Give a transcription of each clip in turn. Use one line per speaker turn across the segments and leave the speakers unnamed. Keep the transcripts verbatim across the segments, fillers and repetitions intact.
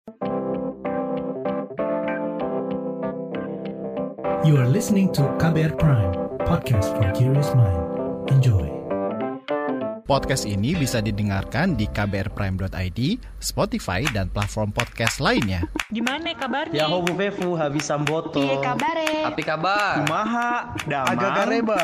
You are listening to K B R Prime, podcast for curious mind. Enjoy.
Podcast ini bisa didengarkan di k b r prime dot i d, Spotify, dan platform podcast lainnya.
Gimana kabarnya?
Ya hobu vefu habis samboto.
Piye kabare?
Api kabar.
Kumaha? Damang.
Agak gareba.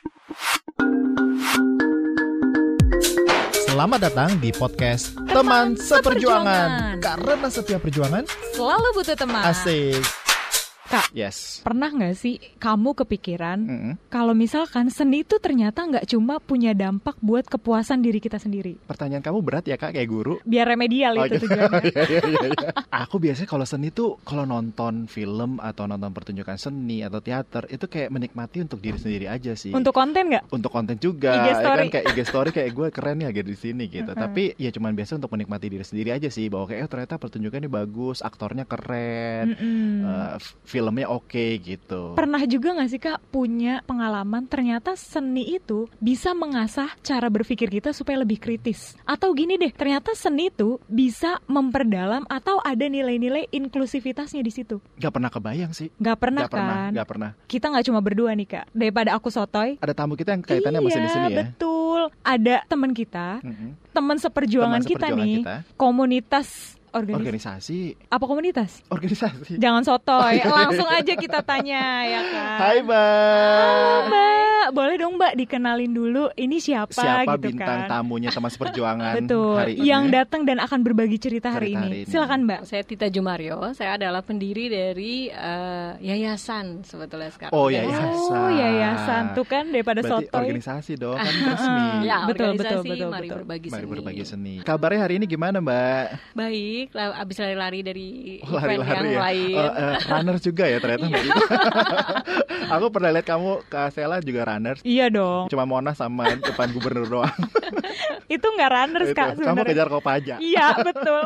Selamat datang di podcast Teman, Teman Seperjuangan. Karena setiap perjuangan
selalu butuh teman.
Asik.
Kak,
yes.
Pernah gak sih kamu kepikiran
Mm-hmm.
kalau misalkan seni itu ternyata gak cuma punya dampak buat kepuasan diri kita sendiri?
Pertanyaan kamu berat ya Kak, kayak guru?
Biar remedial
Oh,
itu
gitu.
tujuannya.
Iya, iya, iya. Aku biasanya kalau seni tuh, kalau nonton film atau nonton pertunjukan seni atau teater, itu kayak menikmati untuk diri sendiri aja sih.
Untuk konten gak?
Untuk konten juga.
I G story.
Ya kan kayak I G story kayak gue keren ya gitu di sini gitu. Uh-huh. Tapi ya cuman biasa untuk menikmati diri sendiri aja sih, bahwa kayak oh, ternyata pertunjukannya bagus, aktornya keren, uh, f- filmnya oke gitu.
Pernah juga gak sih Kak punya pengalaman ternyata seni itu bisa mengasah cara berpikir kita supaya lebih kritis? Atau gini deh, ternyata seni itu bisa memperdalam atau ada nilai-nilai inklusivitasnya di situ?
Gak pernah kebayang sih.
Gak pernah
gak
kan?
Pernah, gak pernah.
Kita gak cuma berdua nih Kak. Daripada aku sotoy,
ada tamu kita yang kaitannya
iya,
sama seni-seni ya?
Betul. Ada teman kita,
mm-hmm.
teman seperjuangan,
teman
kita
seperjuangan
nih,
kita.
Komunitas Organis-
organisasi.
Apa komunitas?
Organisasi.
Jangan sotoy, langsung aja kita tanya ya kan.
Hai Mbak.
Halo Mbak, boleh dong Mbak dikenalin dulu ini siapa,
siapa
gitu
bintang
kan.
tamunya teman seperjuangan
Betul,
hari ini.
yang datang dan akan berbagi cerita,
cerita
hari, ini.
hari ini.
Silakan Mbak.
Saya Tita Jumario, saya adalah pendiri dari uh, yayasan sebetulnya sekarang.
Oh yayasan.
Oh yayasan, tuh kan daripada
berarti
sotoy.
organisasi dong, kan resmi.
Ya,
betul,
organisasi
betul, betul,
Mari
betul.
Berbagi
Mari
Seni.
berbagi seni. Kabarnya hari ini gimana Mbak?
Baik, lah, abis lari-lari dari
Oh,
event
lari-lari
yang
ya?
lain.
Uh, uh, runner juga ya ternyata Mbak Tita. Aku pernah lihat kamu ke Sela juga runner.
Iya dong.
Cuma Monas sama depan gubernur doang.
Itu nggak runners
Itu,
Kak
kamu
sebenarnya.
kejar Kopaja.
Iya betul.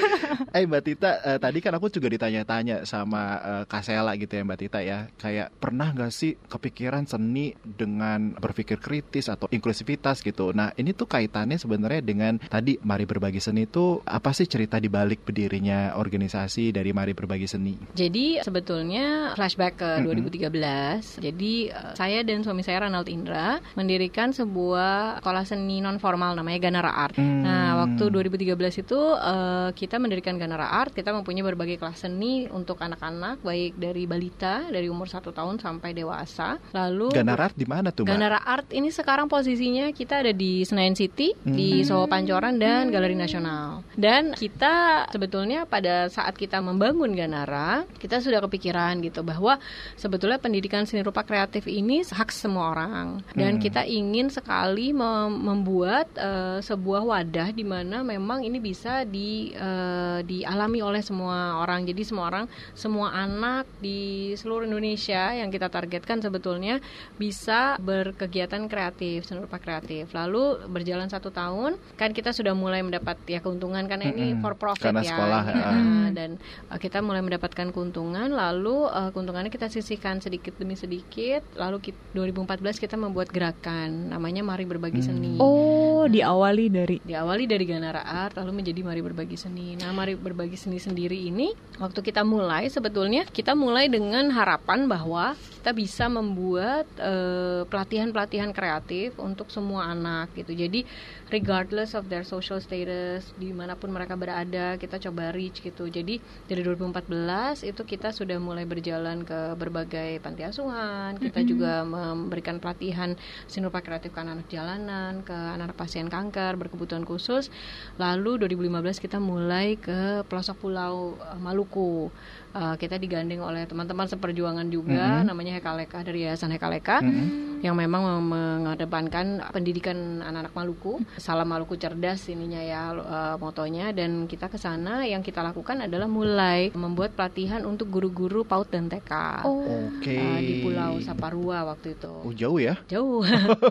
Eh Mbak Tita, uh, tadi kan aku juga ditanya-tanya sama uh, Kak Sela gitu ya Mbak Tita ya. Kayak pernah gak sih kepikiran seni dengan berpikir kritis atau inklusivitas gitu. Nah ini tuh kaitannya sebenarnya dengan tadi Mari Berbagi Seni itu apa sih cerita di balik berdirinya organisasi dari Mari Berbagi Seni?
Jadi sebetulnya flashback ke dua ribu tiga belas.
Mm-hmm.
Jadi uh, saya dan suami saya Ronald Indra mendirikan sebuah sekolah seni non formal namanya Ganara Art.
Mm.
Nah, waktu dua ribu tiga belas itu uh, kita mendirikan Ganara Art. Kita mempunyai berbagai kelas seni untuk anak-anak, baik dari balita dari umur satu tahun sampai dewasa. Lalu
Ganara Art di mana tuh Mbak?
Ganara Art ini sekarang posisinya kita ada di Senayan City, mm. di Solo Pancoran dan Galeri Nasional. Dan kita sebetulnya pada saat kita membangun Ganara, kita sudah kepikiran gitu bahwa sebetulnya pendidikan seni rupa kreatif ini hak semua orang. Dan
mm.
kita ingin sekali mem- membuat uh, sebuah wadah di mana memang ini bisa di uh, dialami oleh semua orang. Jadi semua orang, semua anak di seluruh Indonesia yang kita targetkan sebetulnya bisa berkegiatan kreatif, seni rupa kreatif. Lalu berjalan satu tahun, kan kita sudah mulai mendapat ya keuntungan karena
Mm-mm.
ini for profit
karena
ya.
sekolah,
ya.
uh.
Dan uh, kita mulai mendapatkan keuntungan. Lalu uh, keuntungannya kita sisihkan sedikit demi sedikit. Lalu kita, dua ribu empat belas kita membuat gerakan namanya Mari Berbagi Seni.
Oh, diawali dari
Diawali dari Ganara Art lalu menjadi Mari Berbagi Seni. Nah, Mari Berbagi Seni sendiri ini waktu kita mulai sebetulnya kita mulai dengan harapan bahwa kita bisa membuat uh, pelatihan-pelatihan kreatif untuk semua anak gitu. Jadi regardless of their social status, dimanapun mereka berada, kita coba reach gitu. Jadi dari dua ribu empat belas itu kita sudah mulai berjalan ke berbagai panti asuhan. Kita mm-hmm. juga memberikan pelatihan seni rupa kreatif ke anak-anak jalanan, ke anak-anak pasien kanker berkebutuhan khusus. Lalu dua ribu lima belas kita mulai ke pelosok pulau uh, Maluku. Uh, kita digandeng oleh teman-teman seperjuangan juga, mm-hmm. namanya Hekaleka, dari Yayasan Hekaleka, mm-hmm. yang memang mengedepankan pendidikan anak-anak Maluku. Salam Maluku cerdas ininya ya uh, motonya. Dan kita ke sana yang kita lakukan adalah mulai membuat pelatihan untuk guru-guru PAUD dan T K.
Oh.
Oke.
Uh, di Pulau Saparua waktu itu.
Oh, jauh ya?
Jauh.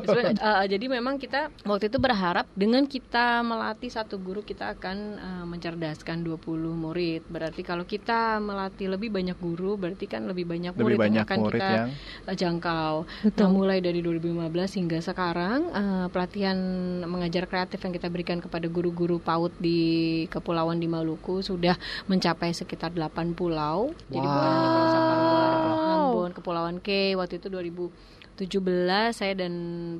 uh, jadi memang kita waktu itu berharap dengan kita melatih satu guru kita akan uh, mencerdaskan dua puluh murid. Berarti kalau kita melatih lebih banyak guru berarti kan lebih banyak murid
lebih banyak
yang akan
murid
kita
yang
jangkau.
Betul.
Nah, mulai dari dua ribu lima belas hingga sekarang, uh, pelatihan mengajar kreatif yang kita berikan kepada guru-guru PAUD di kepulauan di Maluku sudah mencapai sekitar delapan pulau.
Wow.
Jadi bukan hanya Pulau Saparua, Pulau Ambon, Kepulauan K. Waktu itu dua ribu tujuh belas saya dan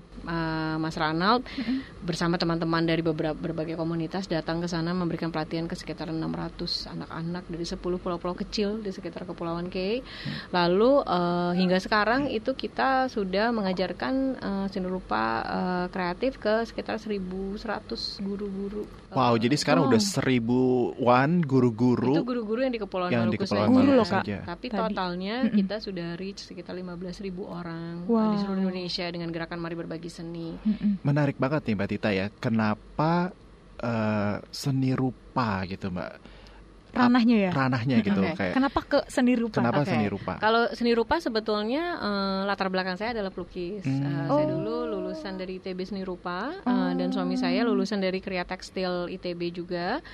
uh, Mas Ranald mm-hmm. bersama teman-teman dari beberapa berbagai komunitas datang ke sana memberikan pelatihan ke sekitar enam ratus anak-anak dari sepuluh pulau-pulau kecil di sekitar Kepulauan K. Mm. Lalu uh, hingga sekarang itu kita sudah mengajarkan uh, seni rupa uh, kreatif ke sekitar seribu seratus guru-guru.
Wow, uh, jadi sekarang oh. udah seribuan guru-guru.
Itu guru-guru yang di Kepulauan
yang
Maluku
di Kepulauan
saja.
Guru loh, Kak.
Tapi
Tadi.
totalnya
Mm-mm.
kita sudah reach sekitar lima belas ribu orang.
Wow.
Di seluruh Indonesia dengan gerakan Mari Berbagi Seni.
Mm-mm.
Menarik banget nih Mbak Tita ya. Kenapa uh, seni rupa gitu Mbak?
Ranahnya ya?
Ranahnya gitu.
Okay.
Kayak,
Kenapa ke seni rupa?
kenapa
Okay.
seni rupa?
Kalau seni rupa sebetulnya uh, latar belakang saya adalah pelukis.
Hmm.
Uh,
Oh.
Saya dulu lulusan dari I T B Seni Rupa uh,
Oh.
dan suami saya lulusan dari Kriya Tekstil I T B juga.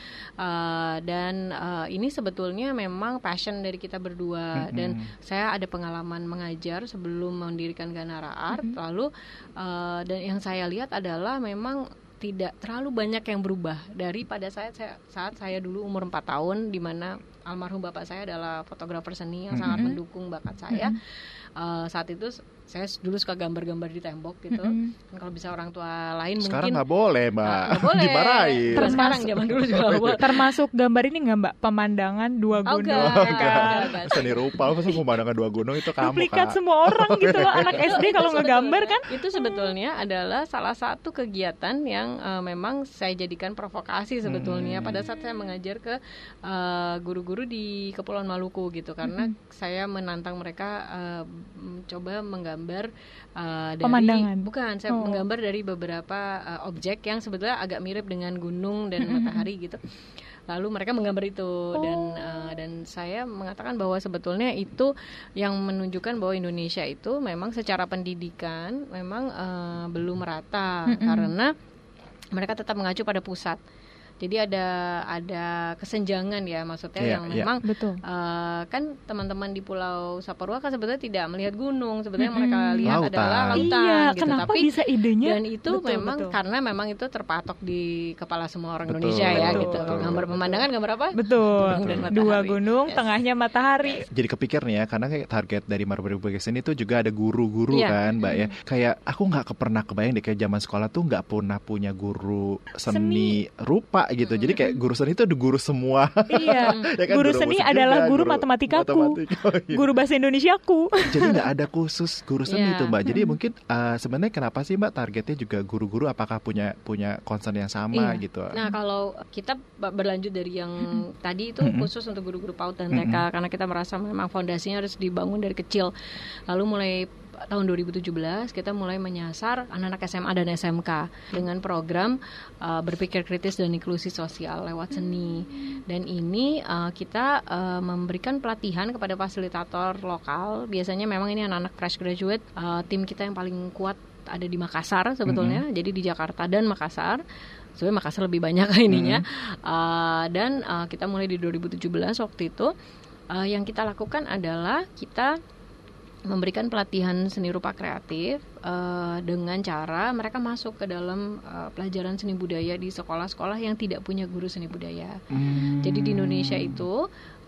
Uh, dan uh, ini sebetulnya memang passion dari kita berdua.
Mm-hmm.
Dan saya ada pengalaman mengajar sebelum mendirikan Ganara Art. Mm-hmm. Lalu uh, dan yang saya lihat adalah memang tidak terlalu banyak yang berubah dari pada saat saya saat saya dulu umur empat tahun, di mana almarhum bapak saya adalah fotografer seni yang mm-hmm. sangat mendukung bakat saya. Mm-hmm. Uh, saat itu saya dulu suka gambar-gambar di tembok gitu. Mm-hmm. Kalau bisa orang tua lain
sekarang
mungkin
nggak boleh Mbak,
uh, gak boleh.
dimarahin.
Terus sekarang zaman dulu juga gak boleh.
Termasuk gambar ini nggak Mbak? Pemandangan dua
Oh,
gunung.
enggak,
Oh,
enggak, enggak, enggak.
Seni rupa, masa pemandangan dua gunung itu kamu
Duplikat
Kak.
semua orang gitu loh, anak S D kalau ngegambar kan.
Itu sebetulnya adalah salah satu kegiatan yang uh, memang saya jadikan provokasi sebetulnya
Hmm.
pada saat saya mengajar ke uh, guru-guru di Kepulauan Maluku gitu, karena
Hmm.
saya menantang mereka uh, coba menggambar uh, dari
Pemandangan.
bukan saya
Oh.
menggambar dari beberapa uh, objek yang sebetulnya agak mirip dengan gunung dan matahari gitu. Lalu mereka menggambar itu dan uh, dan saya mengatakan bahwa sebetulnya itu yang menunjukkan bahwa Indonesia itu memang secara pendidikan memang uh, belum merata. Mm-mm. Karena mereka tetap mengacu pada pusat. Jadi ada ada kesenjangan ya, maksudnya
yeah,
yang
yeah.
memang
Betul.
Uh, kan teman-teman di Pulau Saparua kan sebetulnya tidak melihat gunung, sebetulnya yang mereka
Mm-mm.
lihat
Lautan.
adalah lautan
Iya,
gitu.
kenapa
Tapi
bisa idenya?
dan itu
Betul,
memang
betul.
karena memang itu terpatok di kepala semua orang
Betul,
Indonesia ya
betul,
gitu.
betul,
Gambar
betul.
pemandangan gambar apa?
Betul.
Gunung dan matahari.
Dua gunung,
Yes.
tengahnya matahari.
Jadi kepikir nih ya, karena kayak target dari Mari Berbagi Seni itu juga ada guru-guru
Iya.
kan Mbak ya. Kayak aku nggak pernah kebayang deh, kayak zaman sekolah tuh nggak pernah punya guru seni, rupa gitu. Jadi kayak guru seni itu ada guru semua.
Iya.
Ya kan,
Guru
guru
seni
musik
adalah
juga,
guru
guru
matematikaku.
matematika. Oh, iya.
Guru bahasa Indonesiaku.
Jadi nggak ada khusus guru seni
Iya.
itu Mbak. Jadi mungkin uh, sebenarnya kenapa sih Mbak targetnya juga guru-guru, apakah punya punya concern yang sama
Iya.
gitu?
Nah kalau kita berlanjut dari yang tadi itu
Mm-mm.
khusus untuk guru-guru PAUD dan T K,
Mm-mm.
karena kita merasa memang fondasinya harus dibangun dari kecil. Lalu mulai tahun dua ribu tujuh belas kita mulai menyasar anak-anak S M A dan S M K dengan program uh, berpikir kritis dan inklusi sosial lewat seni. Dan ini uh, kita uh, memberikan pelatihan kepada fasilitator lokal. Biasanya memang ini anak-anak fresh graduate. Uh, tim kita yang paling kuat ada di Makassar sebetulnya. Mm-hmm. Jadi di Jakarta dan Makassar. Sebenarnya Makassar lebih banyak ininya. Mm-hmm. uh, dan uh, kita mulai di dua ribu tujuh belas waktu itu. Uh, yang kita lakukan adalah kita memberikan pelatihan seni rupa kreatif uh, dengan cara mereka masuk ke dalam uh, pelajaran seni budaya di sekolah-sekolah yang tidak punya guru seni budaya.
Hmm.
Jadi di Indonesia itu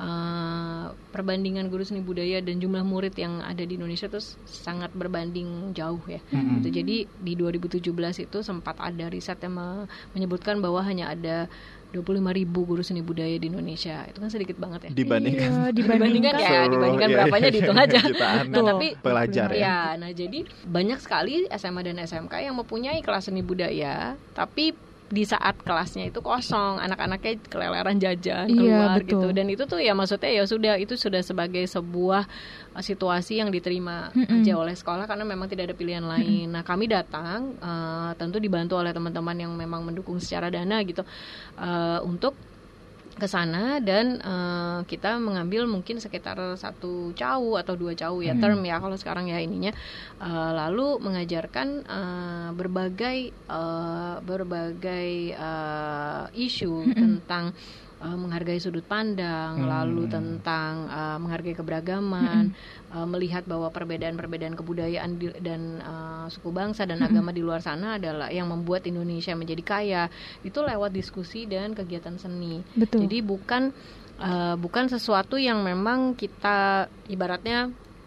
uh, perbandingan guru seni budaya dan jumlah murid yang ada di Indonesia itu sangat berbanding jauh ya.
Hmm.
Gitu. Jadi di dua ribu tujuh belas itu sempat ada riset yang me- menyebutkan bahwa hanya ada dua puluh lima ribu guru seni budaya di Indonesia. Itu kan sedikit banget ya.
Dibandingkan
Iya,
Dibandingkan ya,
seluruh-
dibandingkan
iya,
berapanya
iya,
dihitung
iya,
aja.
jutaan
Nah, tapi
pelajar ya.
ya, nah jadi banyak sekali S M A dan S M K yang mempunyai kelas seni budaya, tapi di saat kelasnya itu kosong, anak-anaknya keleleran jajan
Iya,
keluar
betul.
gitu. Dan itu tuh ya maksudnya ya sudah itu sudah sebagai sebuah uh, situasi yang diterima
Mm-mm.
aja oleh sekolah karena memang tidak ada pilihan lain. Nah, kami datang uh, tentu dibantu oleh teman-teman yang memang mendukung secara dana gitu uh, untuk ke sana dan uh, kita mengambil mungkin sekitar satu cawu atau dua cawu ya,
Hmm.
term ya kalau sekarang ya ininya, uh, lalu mengajarkan uh, berbagai uh, berbagai uh, isu
Hmm.
tentang uh, menghargai sudut pandang,
Hmm.
lalu tentang uh, menghargai keberagaman, uh, melihat bahwa perbedaan-perbedaan kebudayaan di, dan uh, suku bangsa dan agama di luar sana adalah yang membuat Indonesia menjadi kaya. Itu lewat diskusi dan kegiatan seni.
Betul.
Jadi bukan uh, bukan sesuatu yang memang kita ibaratnya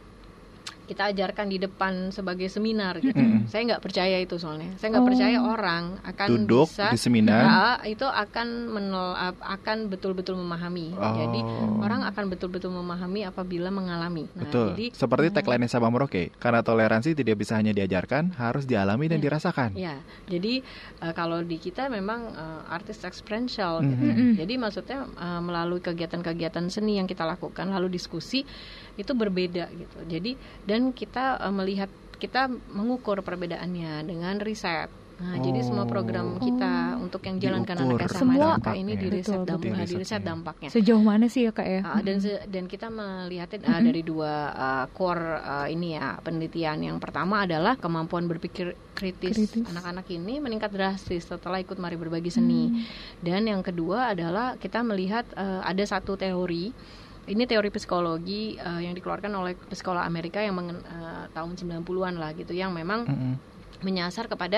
kita ajarkan di depan sebagai seminar gitu.
Mm-mm.
Saya nggak percaya itu soalnya. Saya nggak
Oh.
percaya orang akan
Duduk
bisa
di seminar.
ya, itu akan menol, akan betul-betul memahami.
Oh.
Jadi orang akan betul-betul memahami apabila mengalami. Nah,
Betul.
jadi
Seperti tagline Sabang Merauke, karena toleransi tidak bisa hanya diajarkan, harus dialami dan
Ya.
dirasakan.
ya, jadi uh, kalau di kita memang uh, artis experiential gitu.
Mhm.
Jadi maksudnya uh, melalui kegiatan-kegiatan seni yang kita lakukan lalu diskusi itu berbeda gitu. Jadi dan kita uh, melihat kita mengukur perbedaannya dengan riset. Nah, jadi semua program kita untuk yang jalankan
Diukur
anak S M A
semua
S M K ini di riset,
Betul,
damp-
betul.
uh, di riset
Di
dampaknya.
Sejauh mana sih ya Kak ya?
Uh, dan se- dan kita melihatnya uh, dari dua uh, core uh, ini ya penelitian. Yang pertama adalah kemampuan berpikir kritis,
Kritis.
anak-anak ini meningkat drastis setelah ikut Mari Berbagi Seni.
Hmm.
Dan yang kedua adalah kita melihat uh, ada satu teori. Ini teori psikologi uh, yang dikeluarkan oleh psikolog Amerika yang mengen- uh, tahun sembilan puluhan lah gitu, yang memang
Mm-mm.
menyasar kepada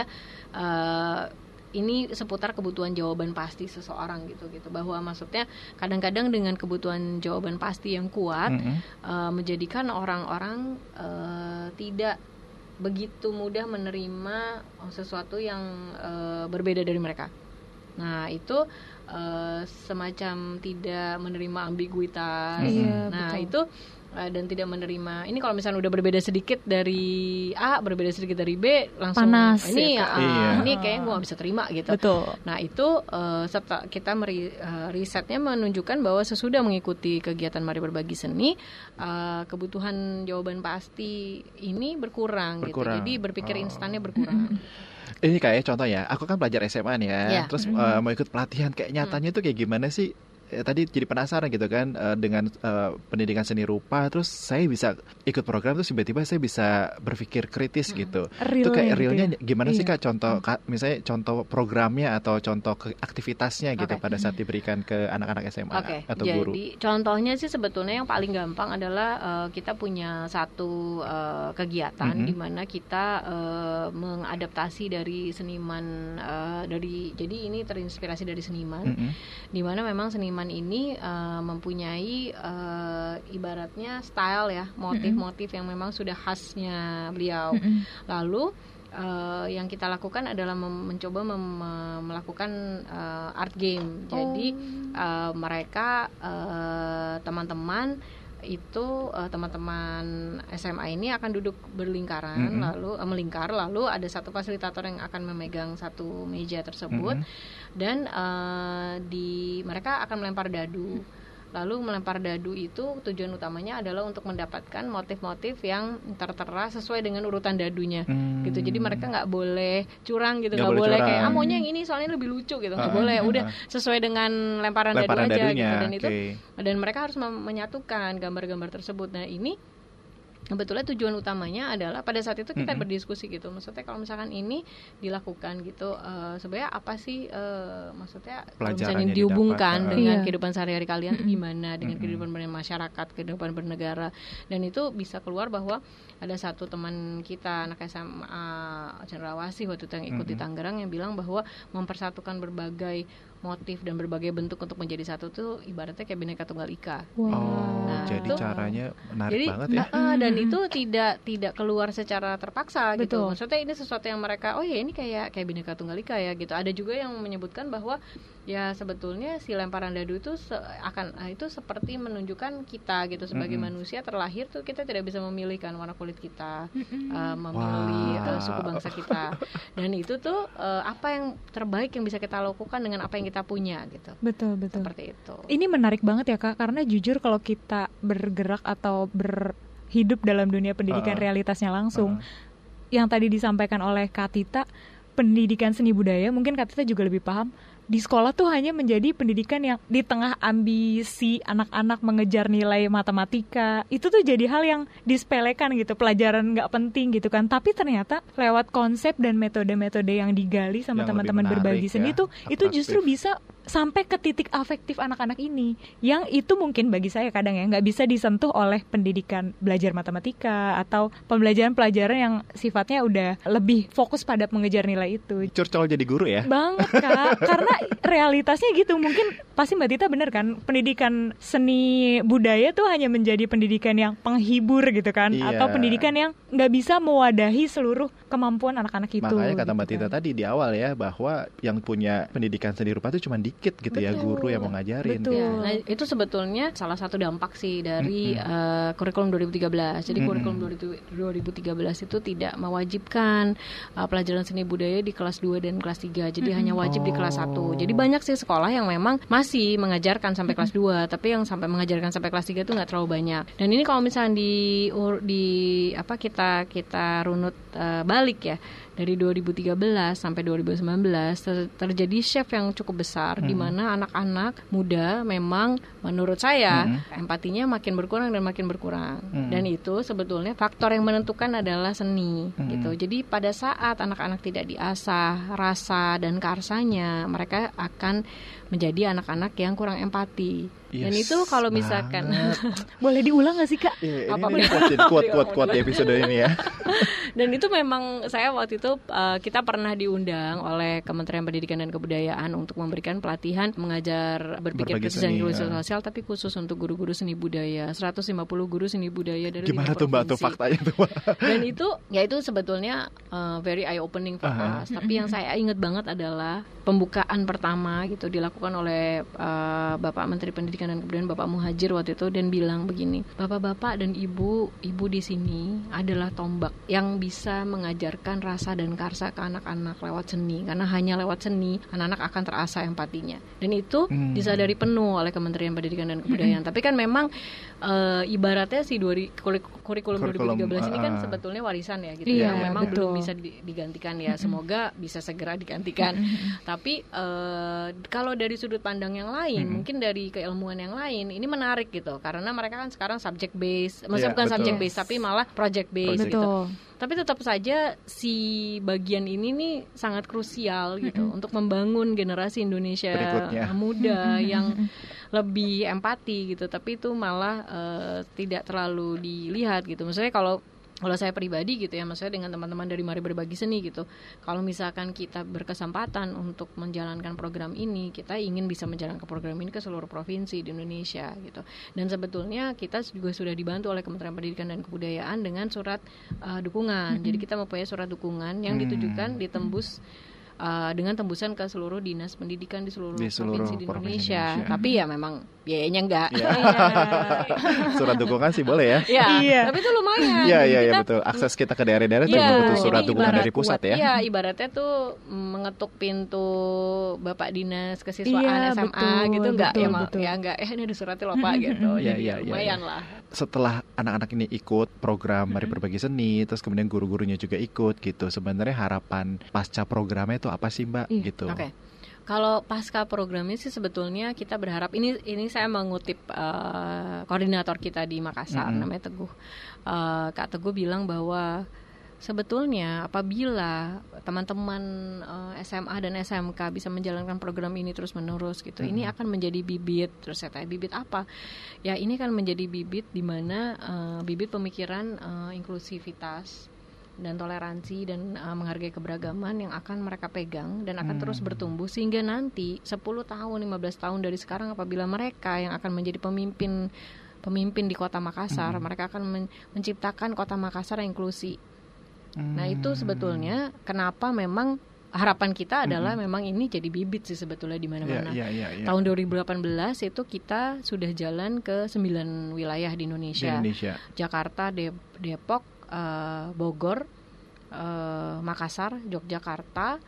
uh, ini seputar kebutuhan jawaban pasti seseorang gitu gitu bahwa maksudnya kadang-kadang dengan kebutuhan jawaban pasti yang kuat
Mm-mm.
uh, menjadikan orang-orang uh, tidak begitu mudah menerima sesuatu yang uh, berbeda dari mereka. Nah itu uh, semacam tidak menerima ambiguitas.
Iya,
Nah
betul.
itu uh, dan tidak menerima. Ini kalau misalnya udah berbeda sedikit dari A, berbeda sedikit dari B, langsung
Panas
ini
ya,
ya,
Kak.
Iya.
ini kayaknya gue gak bisa terima gitu.
Betul.
Nah itu uh, serta kita meri, uh, risetnya menunjukkan bahwa sesudah mengikuti kegiatan Mari Berbagi Seni, uh, kebutuhan jawaban pasti ini berkurang,
Berkurang.
gitu. Jadi berpikir
Oh.
instannya berkurang.
Ini kayak contoh ya, aku kan pelajar S M A nih ya,
Iya.
terus eh, mau ikut pelatihan, kayak nyatanya tuh kayak gimana sih? Eh, tadi jadi penasaran gitu kan eh, dengan eh, pendidikan seni rupa, terus saya bisa ikut program, terus tiba-tiba saya bisa berpikir kritis gitu. Itu kayak
Realnya gitu
realnya
ya?
gimana sih
Iya.
Kak? Contoh, ka- misalnya contoh programnya atau contoh ke aktivitasnya gitu
Oke.
pada saat diberikan ke anak-anak S M A
Oke,
atau
jadi
guru.
contohnya sih sebetulnya yang paling gampang adalah uh, kita punya satu uh, kegiatan
Mhm.
di mana kita uh, mengadaptasi dari seniman uh, dari jadi ini terinspirasi dari seniman,
Mm-mm.
di mana memang seniman ini uh, mempunyai uh, ibaratnya style ya, motif-motif yang memang sudah khasnya beliau.
Mm-mm.
Lalu uh, yang kita lakukan adalah mem- mencoba mem- me- melakukan uh, art game. Jadi uh, mereka uh, teman-teman itu uh, teman-teman S M A ini akan duduk berlingkaran,
Mm-mm.
lalu uh, melingkar, lalu ada satu fasilitator yang akan memegang satu meja tersebut,
Mm-mm.
dan uh, di mereka akan melempar dadu. Lalu melempar dadu itu tujuan utamanya adalah untuk mendapatkan motif-motif yang tertera sesuai dengan urutan dadunya.
Hmm.
Gitu. Jadi mereka nggak boleh curang gitu,
Nggak
nggak
boleh
boleh kayak
curang.
ah maunya yang ini soalnya lebih lucu gitu, nggak
Ah,
boleh.
ah,
Udah
ah.
sesuai dengan lemparan,
Lemparan
dadu aja
dadunya,
gitu. Dan itu
oke.
dan mereka harus mem- menyatukan gambar-gambar tersebut. Nah ini sebetulnya tujuan utamanya adalah pada saat itu kita
Mm-mm.
berdiskusi gitu. Maksudnya kalau misalkan ini dilakukan gitu, eh, sebenarnya apa sih eh, maksudnya kalau misalnya
Pelajarannya
dihubungkan
didapat,
dengan
Iya.
kehidupan sehari-hari kalian tuh gimana, dengan
Mm-mm.
kehidupan bermasyarakat, kehidupan bernegara, dan itu bisa keluar bahwa ada satu teman kita anak S M A Cendrawasih waktu itu yang ikut di
Mm-mm.
Tangerang yang bilang bahwa mempersatukan berbagai motif dan berbagai bentuk untuk menjadi satu tuh ibaratnya kayak bineka tunggal ika.
Wow.
Oh,
Nah,
jadi
itu-
caranya menarik
Jadi
banget ya.
eh, eh, dan
Mm-mm.
itu tidak tidak keluar secara terpaksa gitu.
Betul.
Maksudnya ini sesuatu yang mereka, oh ya ini kayak kayak bineka tunggal ika ya gitu. Ada juga yang menyebutkan bahwa ya sebetulnya si lemparan dadu itu se- akan ah, itu seperti menunjukkan kita gitu sebagai
Mm-mm.
manusia terlahir tuh kita tidak bisa memilihkan warna kulit kita,
Mm-mm.
eh, memilih
Wah.
eh, suku bangsa kita. Dan itu tuh eh, apa yang terbaik yang bisa kita lakukan dengan apa yang kita punya gitu.
Betul, betul.
Seperti itu.
Ini menarik banget ya Kak, karena jujur kalau kita bergerak atau berhidup dalam dunia pendidikan
Uh-uh.
realitasnya langsung,
Uh-uh.
yang tadi disampaikan oleh Kak Tita, pendidikan seni budaya, mungkin Kak Tita juga lebih paham, di sekolah tuh hanya menjadi pendidikan yang di tengah ambisi anak-anak mengejar nilai matematika, itu tuh jadi hal yang disepelekan gitu, pelajaran nggak penting gitu kan, tapi ternyata lewat konsep dan metode-metode yang digali sama
Yang lebih
teman-teman
menarik
berbagi seni
ya,
tuh, itu justru
atraktif.
bisa sampai ke titik afektif anak-anak ini, yang itu mungkin bagi saya kadang ya nggak bisa disentuh oleh pendidikan belajar matematika atau pembelajaran-pelajaran yang sifatnya udah lebih fokus pada mengejar nilai itu.
Curcol jadi guru ya?
Banget Kak, karena realitasnya gitu. Mungkin pasti Mbak Tita bener kan, pendidikan seni budaya tuh hanya menjadi pendidikan yang penghibur gitu kan,
Iya.
atau pendidikan yang nggak bisa mewadahi seluruh kemampuan anak-anak itu.
Makanya kata
gitu
Mbak Tita
kan.
tadi di awal ya, bahwa yang punya pendidikan seni rupa itu cuma dikit gitu ya,
Betul.
guru yang mau ngajarin.
Betul.
Ya, nah itu sebetulnya salah satu dampak sih dari
Mm-mm.
uh, kurikulum dua ribu tiga belas. Jadi
Mm-mm.
kurikulum dua ribu tiga belas itu tidak mewajibkan uh, pelajaran seni budaya di kelas dua dan kelas tiga. Jadi
Mm-mm.
hanya wajib di kelas
Oh.
satu. Jadi banyak sih sekolah yang memang masih mengajarkan sampai kelas dua, tapi yang sampai mengajarkan sampai kelas tiga itu nggak terlalu banyak. Dan ini kalau misalnya di ur- di apa kita kita runut uh, balik ya, dari dua ribu tiga belas sampai dua ribu sembilan belas ter- terjadi shift yang cukup besar, di mana anak-anak muda memang menurut saya
Hmm.
empatinya makin berkurang dan makin berkurang.
Hmm.
Dan itu sebetulnya faktor yang menentukan adalah seni
Hmm.
gitu. Jadi pada saat anak-anak tidak diasah rasa dan kearsanya, mereka akan menjadi anak-anak yang kurang empati. Dan
Yes,
itu kalau misalkan
banget.
Boleh diulang nggak sih Kak?
Iya, ini
Apa
nih
benar?
quote quote quote quote di episode ini ya.
Dan itu memang saya waktu itu uh, kita pernah diundang oleh Kementerian Pendidikan dan Kebudayaan untuk memberikan pelatihan mengajar berpikir
Berbagi
kritis dan
seni,
inklusi
ya.
sosial, tapi khusus untuk guru-guru seni budaya, seratus lima puluh guru seni budaya dari
Gimana
lima
tuh Mbak tuh
provinsi.
faktanya tuh Mbak?
Dan itu ya itu sebetulnya uh, very eye opening for
Aha.
us. Tapi yang saya ingat banget adalah pembukaan pertama gitu dilakukan oleh uh, Bapak Menteri Pendidikan dan Kebudayaan Bapak Muhajir waktu itu, dan bilang begini, bapak-bapak dan ibu ibu di sini adalah tombak yang bisa mengajarkan rasa dan karsa ke anak-anak lewat seni, karena hanya lewat seni anak-anak akan terasa empatinya. Dan itu
Hmm.
disadari penuh oleh Kementerian Pendidikan dan Kebudayaan. Tapi kan memang uh, ibaratnya si dua, kurikulum dua ribu tiga belas ini kan
Kurikulum, uh,
sebetulnya warisan ya gitu,
Iya,
yang memang
betul.
belum bisa di- digantikan ya. Semoga bisa segera digantikan. Tapi uh, kalau dari sudut pandang yang lain,
Mm-mm.
mungkin dari keilmuan yang lain, ini menarik gitu, karena mereka kan sekarang subject based, maksudnya
Iya,
bukan
betul.
subject based tapi malah project based
Project.
gitu.
Betul.
Tapi tetap saja si bagian ini nih sangat krusial gitu untuk membangun generasi Indonesia
Berikutnya.
muda yang lebih empati gitu. Tapi itu malah eh, tidak terlalu dilihat gitu. Maksudnya kalau kalau saya pribadi gitu ya, maksudnya dengan teman-teman dari Mari Berbagi Seni gitu, kalau misalkan kita berkesempatan untuk menjalankan program ini, kita ingin bisa menjalankan program ini ke seluruh provinsi di Indonesia gitu. Dan sebetulnya kita juga sudah dibantu oleh Kementerian Pendidikan dan Kebudayaan dengan surat uh, dukungan. Jadi kita mempunyai surat dukungan yang
Hmm.
ditujukan ditembus uh, dengan tembusan ke seluruh dinas pendidikan di seluruh,
Di seluruh
provinsi di
provinsi
Indonesia.
Indonesia.
Tapi ya memang biayanya enggak.
Iya. Surat dukungan sih boleh ya.
Ya,
Iya.
tapi itu lumayan.
Iya
Jadi
iya iya
kita-
betul. Akses kita ke daerah-daerah itu
Iya,
butuh surat
jadi
dukungan
ibarat
dari pusat ya.
Iya, ibaratnya tuh mm, mengetuk pintu Bapak Dinas Kesiswaan
Iya,
S M A
betul,
gitu, enggak
betul,
ya, Ma-
betul.
ya enggak eh ini ada suratnya loh Pak gitu.
Iya,
Jadi
iya,
ya
iya,
lumayan
iya.
lah.
Setelah anak-anak ini ikut program Mari Berbagi Seni, terus kemudian guru-gurunya juga ikut gitu. Sebenarnya harapan pasca programnya itu apa sih Mbak?
Iya.
Gitu.
Oke. Kalau pasca programnya sih sebetulnya kita berharap, ini ini saya mengutip uh, koordinator kita di Makassar,
Mm-mm.
namanya Teguh. Uh, Kak Teguh bilang bahwa sebetulnya apabila teman-teman uh, S M A dan S M K bisa menjalankan program ini terus-menerus gitu, ini akan menjadi bibit. Terus saya tanya, bibit apa? Ya ini kan menjadi bibit di mana uh, bibit pemikiran uh, inklusivitas dan toleransi dan uh, menghargai keberagaman yang akan mereka pegang dan akan
Hmm.
terus bertumbuh sehingga nanti sepuluh tahun, lima belas tahun dari sekarang apabila mereka yang akan menjadi pemimpin pemimpin di Kota Makassar,
Hmm.
mereka akan men- menciptakan Kota Makassar yang inklusi. Nah, itu
Hmm.
sebetulnya kenapa memang harapan kita adalah
Hmm.
memang ini jadi bibit sih sebetulnya di
Iya
mana-mana.
iya iya iya.
Tahun dua ribu delapan belas itu kita sudah jalan ke sembilan wilayah di
Di
Indonesia.
Indonesia.
Jakarta, Dep- Depok, eh, Bogor, eh, Makassar, Yogyakarta,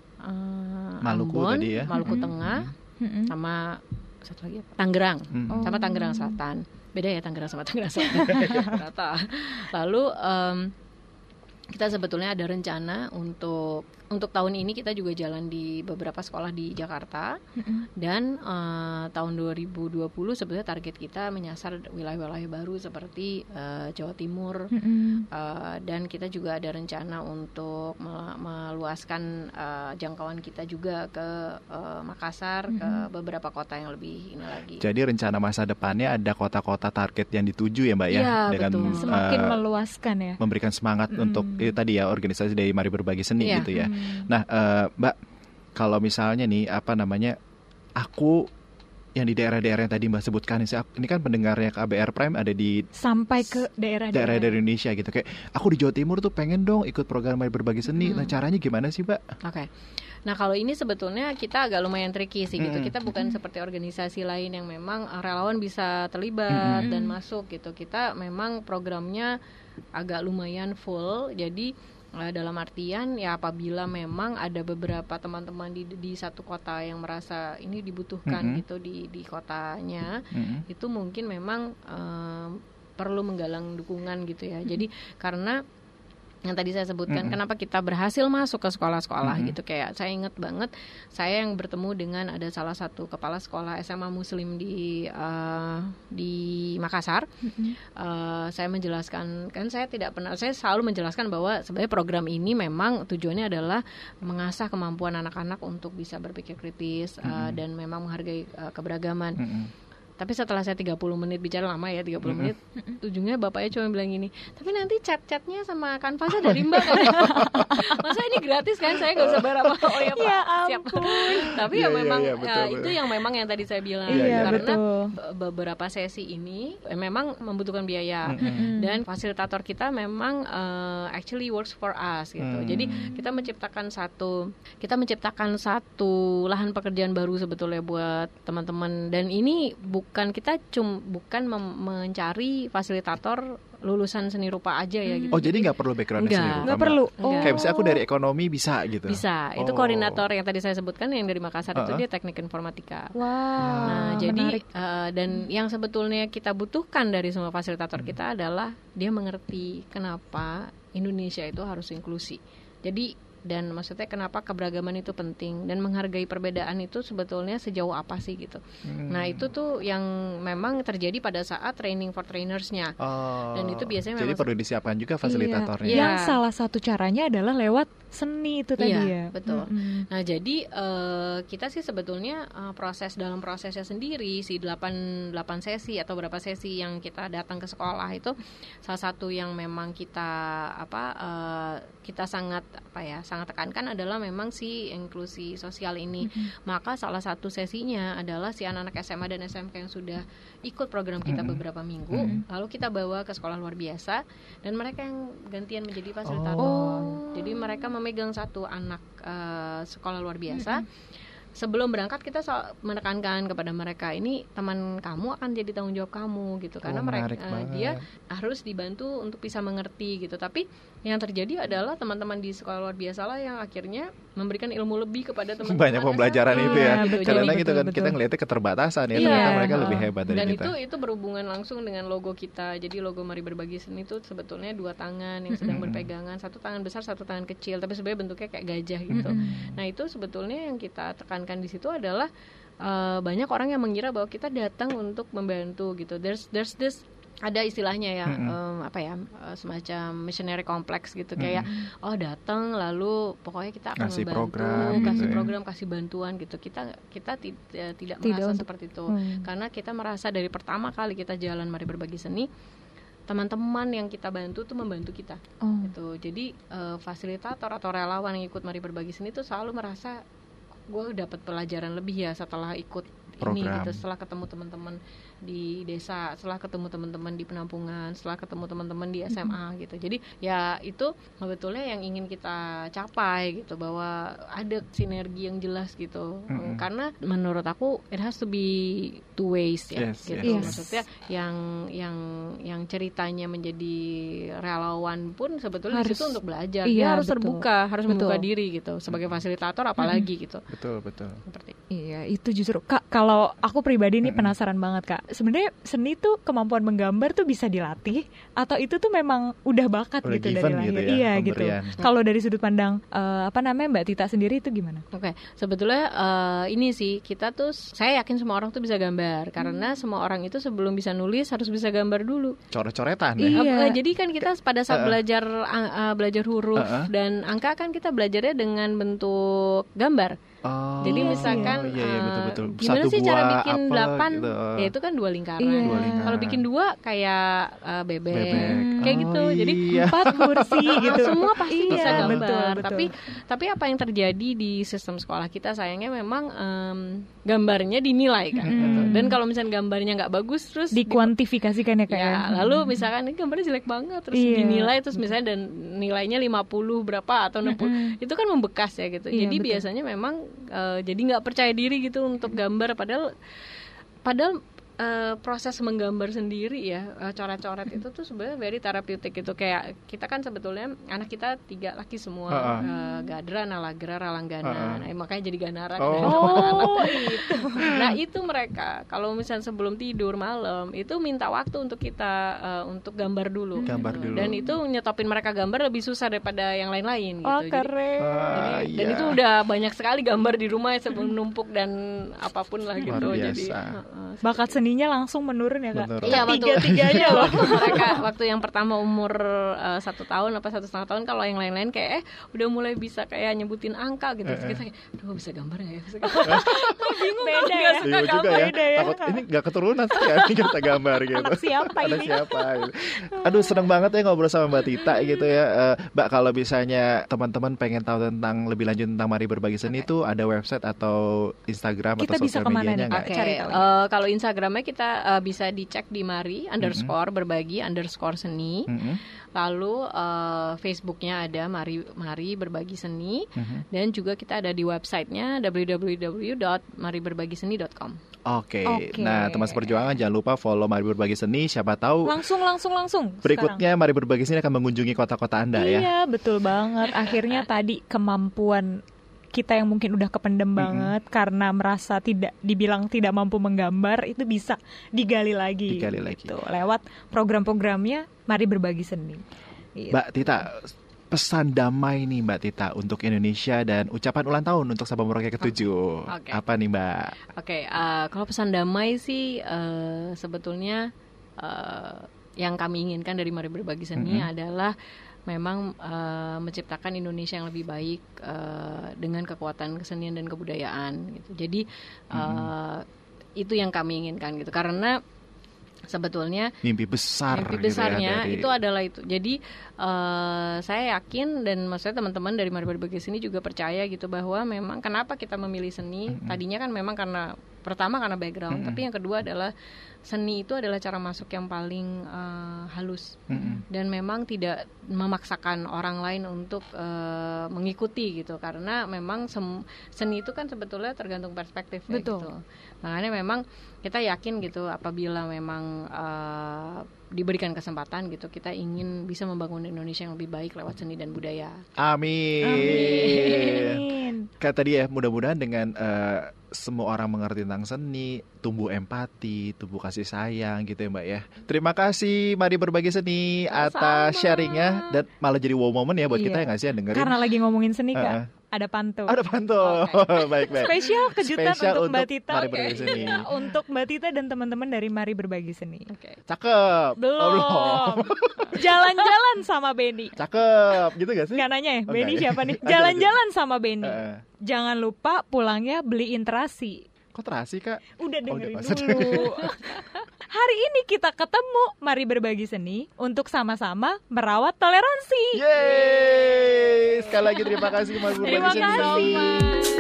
eh,
Maluku
Ambon,
tadi ya.
Maluku
Mm-mm.
Tengah,
Mm-mm.
sama satu lagi apa? Tangerang,
Hmm.
sama Tangerang Selatan. Beda ya Tangerang sama Tangerang Selatan. Ternyata. Lalu em, kita sebetulnya ada rencana untuk untuk tahun ini kita juga jalan di beberapa sekolah di Jakarta, mm-hmm. dan uh, tahun dua ribu dua puluh sebetulnya target kita menyasar wilayah-wilayah baru seperti uh, Jawa Timur, mm-hmm. uh, dan kita juga ada rencana untuk mel- meluaskan uh, jangkauan kita juga ke uh, Makassar, mm-hmm. ke beberapa kota yang lebih ini lagi.
Jadi rencana masa depannya ada kota-kota target yang dituju ya Mbak ya,
ya
dengan
betul.
Semakin
uh,
meluaskan ya,
memberikan semangat mm-hmm. untuk itu tadi ya organisasi dari Mari Berbagi Seni
ya.
gitu ya.
Hmm.
Nah, uh, Mbak, kalau misalnya nih apa namanya, aku yang di daerah-daerah yang tadi Mbak sebutkan ini kan pendengarnya K B R Prime ada di
sampai ke daerah-daerah
daerah Indonesia gitu. Kayak aku di Jawa Timur tuh pengen dong ikut program Mari Berbagi Seni. Hmm. Nah, caranya gimana sih, Mbak?
Oke. Okay. Nah, kalau ini sebetulnya kita agak lumayan tricky sih gitu.
Hmm.
Kita bukan hmm. seperti organisasi lain yang memang relawan bisa terlibat
hmm.
dan masuk gitu. Kita memang programnya agak lumayan full. Jadi dalam artian ya apabila memang ada beberapa teman-teman di di satu kota yang merasa ini dibutuhkan mm-hmm. gitu di di kotanya, mm-hmm. itu mungkin memang um, perlu menggalang dukungan gitu ya. Mm-hmm. Jadi karena yang tadi saya sebutkan, mm-hmm. kenapa kita berhasil masuk ke sekolah-sekolah mm-hmm. gitu. Kayak saya ingat banget, saya yang bertemu dengan ada salah satu kepala sekolah S M A Muslim di uh, di Makassar. Mm-hmm. uh, Saya menjelaskan, kan saya tidak pernah, saya selalu menjelaskan bahwa sebenarnya program ini memang tujuannya adalah mengasah kemampuan anak-anak untuk bisa berpikir kritis, mm-hmm. uh, dan memang menghargai uh, keberagaman. Mm-hmm. Tapi setelah saya tiga puluh menit bicara, lama ya tiga puluh menit, mm-hmm. ujungnya bapaknya cuma bilang gini, tapi nanti cat-catnya sama kanvasnya dari Mbak. Masa ini gratis kan, saya gak usah bayar apa. Oh ya Pak,
ya
siap. Tapi
ya,
ya memang
ya, ya, betul,
ya,
betul.
itu yang memang yang tadi saya bilang,
ya,
karena
betul.
beberapa sesi ini eh, memang membutuhkan biaya,
mm-hmm.
dan fasilitator kita memang uh, actually works for us gitu. Mm. Jadi kita menciptakan satu kita menciptakan satu lahan pekerjaan baru sebetulnya buat teman-teman, dan ini bu bukan kita cum bukan mem- mencari fasilitator lulusan seni rupa aja ya gitu.
Oh, jadi nggak perlu background seni rupa?
Nggak perlu.
Oh.
Kayak misalnya aku dari ekonomi bisa gitu.
Bisa. Itu
oh. koordinator
yang tadi saya sebutkan yang dari Makassar uh-uh. itu dia teknik informatika.
Wow.
Nah, jadi uh, dan
hmm.
yang sebetulnya kita butuhkan dari semua fasilitator hmm. kita adalah dia mengerti kenapa Indonesia itu harus inklusi. Jadi dan maksudnya kenapa keberagaman itu penting dan menghargai perbedaan itu sebetulnya sejauh apa sih gitu. Hmm. Nah itu tuh yang memang terjadi pada saat training for trainersnya. Oh, dan itu biasanya
jadi
memang
perlu disiapkan juga fasilitatornya.
Iya. Yang salah satu caranya adalah lewat seni itu tadi
iya,
ya.
Betul.
Mm-hmm.
Nah jadi uh, kita sih sebetulnya uh, proses dalam prosesnya sendiri si delapan sesi atau berapa sesi yang kita datang ke sekolah itu salah satu yang memang kita apa uh, kita sangat apa ya sangat tekankan adalah memang si inklusi sosial ini. Mm-hmm. Maka salah satu sesinya adalah si anak-anak S M A dan S M K yang sudah ikut program kita mm-hmm. beberapa minggu, mm-hmm. lalu kita bawa ke sekolah luar biasa dan mereka yang gantian menjadi fasilitator. Oh. Jadi mereka memegang satu anak uh, sekolah luar biasa. Mm-hmm. Sebelum berangkat kita so- menekankan kepada mereka ini teman kamu akan jadi tanggung jawab kamu gitu karena
oh,
mereka uh, dia harus dibantu untuk bisa mengerti gitu. Tapi yang terjadi adalah teman-teman di sekolah luar biasa lah yang akhirnya memberikan ilmu lebih kepada teman-teman.
Banyak pembelajaran itu ya.
Gitu.
Karena
Jadi,
gitu kan
betul,
kita ngelihatnya keterbatasan ya,
iya,
ternyata mereka lebih hebat dari
dan
kita.
Dan itu itu berhubungan langsung dengan logo kita. Jadi logo Mari Berbagi Seni itu sebetulnya dua tangan yang sedang mm-hmm. berpegangan, satu tangan besar, satu tangan kecil, tapi sebenarnya bentuknya kayak gajah gitu. Mm-hmm. Nah, itu sebetulnya yang kita tekankan di situ adalah uh, banyak orang yang mengira bahwa kita datang untuk membantu gitu. There's there's this ada istilahnya ya mm-hmm. um, apa ya uh, semacam missionary complex gitu mm-hmm. kayak oh datang lalu pokoknya kita akan
kasih
membantu
program,
kasih
gitu
program ya. kasih bantuan gitu kita kita t- tidak, tidak merasa untuk, seperti itu mm. karena kita merasa dari pertama kali kita jalan Mari Berbagi Seni teman-teman yang kita bantu tuh membantu kita oh. gitu. Jadi uh, fasilitator atau relawan yang ikut Mari Berbagi Seni itu selalu merasa gue dapat pelajaran lebih ya setelah ikut program. Ini gitu, setelah ketemu teman-teman di desa, setelah ketemu teman-teman di penampungan, setelah ketemu teman-teman di S M A mm-hmm. gitu. Jadi ya itu sebetulnya yang ingin kita capai gitu, bahwa ada sinergi yang jelas gitu. Mm-hmm. Karena menurut aku it has to be two ways ya
yes,
gitu.
Yes.
Maksudnya yang yang yang ceritanya menjadi relawan pun sebetulnya harus, di situ untuk belajar.
Iya,
Dia harus
betul.
terbuka, harus
betul.
membuka diri gitu sebagai fasilitator apalagi mm-hmm. gitu.
Betul, betul.
Seperti
iya, itu justru Kak, kalau Kalau aku pribadi nih penasaran banget Kak. Sebenarnya seni tuh kemampuan menggambar tuh bisa dilatih atau itu tuh memang udah bakat
Udah
gitu dari
given
lahir?
gitu ya,
Iya gitu.
pemberian.
Kalau dari sudut pandang uh, apa namanya Mbak Tita sendiri itu gimana?
Oke, sebetulnya uh, ini sih kita tuh, saya yakin semua orang tuh bisa gambar karena semua orang itu sebelum bisa nulis harus bisa gambar dulu.
Coret-coretan ya.
Iya.
Uh, jadi kan kita pada saat
Uh-uh.
belajar uh, belajar huruf
Uh-uh.
dan angka kan kita belajarnya dengan bentuk gambar.
Oh,
Jadi
Iya
misalkan
iya, iya,
uh,
betul-betul.
gimana
Satu
sih cara
buah
bikin
apa
delapan?
gitu.
Ya itu kan dua lingkaran.
Iya.
Dua lingkaran.
Kalau bikin dua kayak uh, bebek,
Bebek.
kayak
Oh,
gitu. Jadi
iya.
Empat kursi gitu.
semua pasti
Iya,
bisa gambar.
betul, betul.
Tapi tapi apa yang terjadi di sistem sekolah kita sayangnya memang em, gambarnya dinilai kan.
Mm.
Gitu. Dan kalau misalnya gambarnya nggak bagus terus
Dikuantifikasikan ya Kak ya.
ya, lalu misalkan ini gambarnya jelek banget terus
Iya.
dinilai terus misalnya dan nilainya lima puluh berapa atau enam puluh
Mm-mm.
itu kan membekas ya gitu.
Iya,
Jadi
betul.
biasanya memang eh, jadi nggak percaya diri gitu untuk gambar padahal padahal eh, proses menggambar sendiri ya eh, coret-coret itu tuh sebenarnya very therapeutic gitu. Kayak kita kan sebetulnya anak kita tiga laki semua,
Uh-uh.
eh, Gadra, Nalagra, Ralanggana.
Uh-uh.
Nah, makanya jadi Ganara.
Oh, itu.
Nah itu mereka kalau misalnya sebelum tidur malam itu minta waktu untuk kita uh, untuk gambar dulu.
Gambar
gitu.
dulu.
Dan itu nyetopin mereka gambar lebih susah daripada yang lain-lain gitu.
Oh,
Jadi-
keren.
Ah,
jadi- dan
iya.
itu udah banyak sekali gambar di rumah sebelum numpuk dan apapun lah gitu.
Luar
Jadi
biasa.
uh-uh,
Bakat seninya langsung menurun ya Kak.
Menurun.
Iya, waktu
Tiga-tiganya loh.
waktu mereka waktu yang pertama umur uh, satu tahun apa satu setengah tahun, kalau yang lain-lain kayak eh udah mulai bisa kayak nyebutin angka gitu. Terus kita kayak, aduh bisa gambar nggak ya? Bisa gambar. Bingung
Beda
banget,
ya.
nggak suka
Bingung juga
gambar.
ya.
beda ya.
Takut ini nggak keturunan sih ya ini kita gambar gitu.
Anak siapa
Anak
ini?
siapa gitu. Aduh seneng banget ya ngobrol sama Mbak Tita gitu ya. Eh, Mbak kalau misalnya teman-teman pengen tahu tentang lebih lanjut tentang Mari Berbagi Seni itu ada website atau Instagram
Kita
atau
bisa
sosial
kemana
medianya
nih,
nggak?
Oke,
Cari tahu.
eh, kalau Instagramnya kita eh, bisa dicek di Mari underscore berbagi underscore seni.
Mm-mm.
Lalu eh, Facebooknya ada Mari Mari Berbagi Seni.
Mhm.
Dan juga kita ada di websitenya w w w dot mari berbagi seni dot com.
Oke,
Oke.
nah teman seperjuangan jangan lupa follow Mari Berbagi Seni. Siapa tahu
Langsung langsung langsung.
berikutnya Mari Berbagi Seni akan mengunjungi kota-kota Anda
sekarang.
ya.
Iya, betul banget. Akhirnya tadi kemampuan kita yang mungkin udah kependem banget karena merasa tidak dibilang tidak mampu menggambar itu bisa digali lagi.
Digali lagi.
gitu. Lewat program-programnya Mari Berbagi Seni. Gitu.
Mbak Tita, pesan damai nih Mbak Tita untuk Indonesia dan ucapan ulang tahun untuk Sabang Merauke ketujuh.
Oke.
Apa nih Mbak?
Oke, eh, kalau pesan damai sih eh, sebetulnya eh, yang kami inginkan dari Mari Berbagi Seni
Mhm.
adalah memang eh, menciptakan Indonesia yang lebih baik eh, dengan kekuatan kesenian dan kebudayaan gitu. Jadi eh, itu yang kami inginkan gitu. Karena sebetulnya
Mimpi besar
mimpi
gitu ya
besarnya
dari-
itu adalah itu. Jadi eh, saya yakin dan maksudnya teman-teman dari Mari Berbagi Seni juga percaya gitu bahwa memang kenapa kita memilih seni.
Mm-mm.
Tadinya kan memang karena pertama karena background,
Mm-mm.
tapi yang kedua adalah seni itu adalah cara masuk yang paling eh, halus
Mm-mm.
dan memang tidak memaksakan orang lain untuk eh, mengikuti gitu, karena memang sem- seni itu kan sebetulnya tergantung perspektif ya,
Betul.
gitu. Makanya memang kita yakin gitu apabila memang eh, diberikan kesempatan gitu, kita ingin bisa membangun Indonesia yang lebih baik lewat seni dan budaya.
Amin.
Amin.
Kayak tadi ya, mudah-mudahan dengan eh, semua orang mengerti tentang seni, tumbuh empati, tumbuh kasih sayang gitu ya Mbak ya. Terima kasih Mari Berbagi Seni atas
Sama-sama.
sharingnya, dan malah jadi wow moment ya buat kita
Iya.
ya nggak sih yang dengerin.
Karena lagi ngomongin seni Kak,
Uh-uh.
ada pantun.
Ada pantun. Baik-baik.
Spesial kejutan
Spesial
untuk Mbak
untuk
Tita.
Mari
Oke.
Berbagi Seni.
Iya, untuk Mbak Tita dan teman-teman dari Mari Berbagi Seni.
Oke.
Cakep.
Belum.
Oh, belum.
Jalan-jalan sama Benny.
Cakep. Gitu gak sih?
Nggak nanya ya,
Oh,
Benny
nggak ya?
siapa nih?
Lanjut,
Jalan-jalan sama Benny.
Eh,
Jangan lupa pulangnya beliin terasi.
kok terasi Kak?
Udah
Oh,
dengerin
udah,
dulu. Hari ini kita ketemu Mari Berbagi Seni untuk sama-sama merawat toleransi.
Yeay. Sekali lagi terima kasih Mari Berbagi
Terima
Seni.
kasih.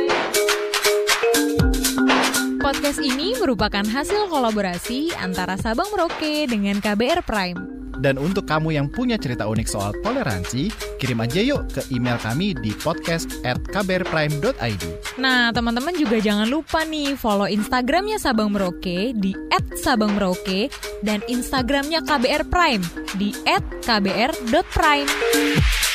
Podcast ini merupakan hasil kolaborasi antara Sabang Merauke dengan K B R Prime.
Dan untuk kamu yang punya cerita unik soal toleransi, kirim aja yuk ke email kami di podcast at k b r prime dot i d.
Nah, teman-teman juga jangan lupa nih follow Instagramnya Sabang Merauke di et sabang merauke dan Instagramnya K B R Prime di et k b r dot prime.